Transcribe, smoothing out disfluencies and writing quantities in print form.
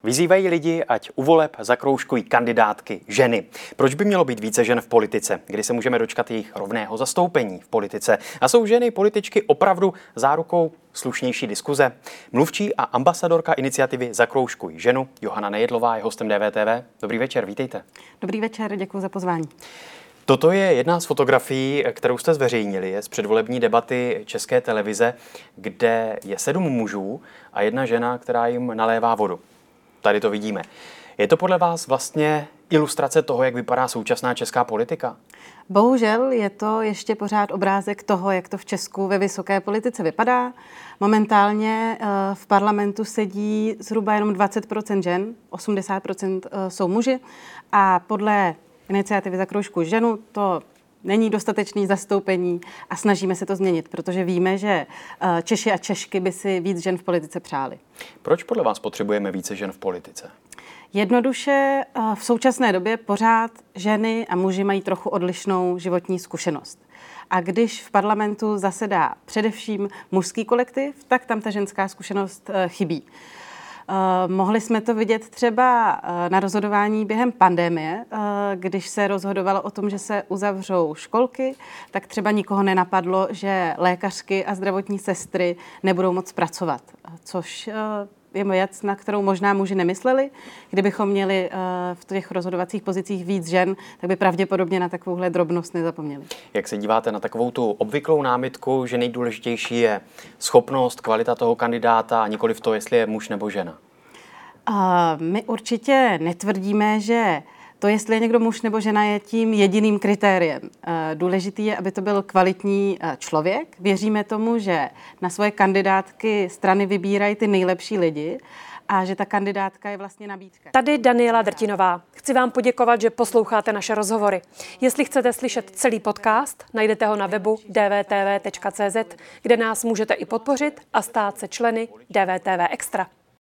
Vyzývají lidi, ať u voleb zakroužkují kandidátky ženy. Proč by mělo být více žen v politice, kdy se můžeme dočkat jejich rovného zastoupení v politice? A jsou ženy političky opravdu zárukou slušnější diskuze? Mluvčí a ambasadorka iniciativy Zakroužkuj ženu Johana Nejedlová je hostem DVTV. Dobrý večer, vítejte. Dobrý večer, děkuji za pozvání. Toto je jedna z fotografií, kterou jste zveřejnili, je z předvolební debaty České televize, kde je 7 mužů a jedna žena, která jim nalévá vodu. Tady to vidíme. Je to podle vás vlastně ilustrace toho, jak vypadá současná česká politika? Bohužel je to ještě pořád obrázek toho, jak to v Česku ve vysoké politice vypadá. Momentálně v parlamentu sedí zhruba jenom 20% žen, 80% jsou muži a podle iniciativy Zakroužkuj ženu to není dostatečné zastoupení a snažíme se to změnit, protože víme, že Češi a Češky by si víc žen v politice přáli. Proč podle vás potřebujeme více žen v politice? Jednoduše v současné době pořád ženy a muži mají trochu odlišnou životní zkušenost. A když v parlamentu zasedá především mužský kolektiv, tak tam ta ženská zkušenost chybí. Mohli jsme to vidět třeba na rozhodování během pandemie, když se rozhodovalo o tom, že se uzavřou školky, tak třeba nikoho nenapadlo, že lékařky a zdravotní sestry nebudou moc pracovat, což je věc, na kterou možná muži nemysleli. Kdybychom měli v těch rozhodovacích pozicích víc žen, tak by pravděpodobně na takovouhle drobnost nezapomněli. Jak se díváte na takovou tu obvyklou námitku, že nejdůležitější je schopnost, kvalita toho kandidáta a nikoliv to, jestli je muž nebo žena? My určitě netvrdíme, že to, jestli je někdo muž nebo žena, je tím jediným kritériem. Důležitý je, aby to byl kvalitní člověk. Věříme tomu, že na svoje kandidátky strany vybírají ty nejlepší lidi a že ta kandidátka je vlastně nabídka. Tady Daniela Drtinová. Chci vám poděkovat, že posloucháte naše rozhovory. Jestli chcete slyšet celý podcast, najdete ho na webu dvtv.cz, kde nás můžete i podpořit a stát se členy DVTV Extra.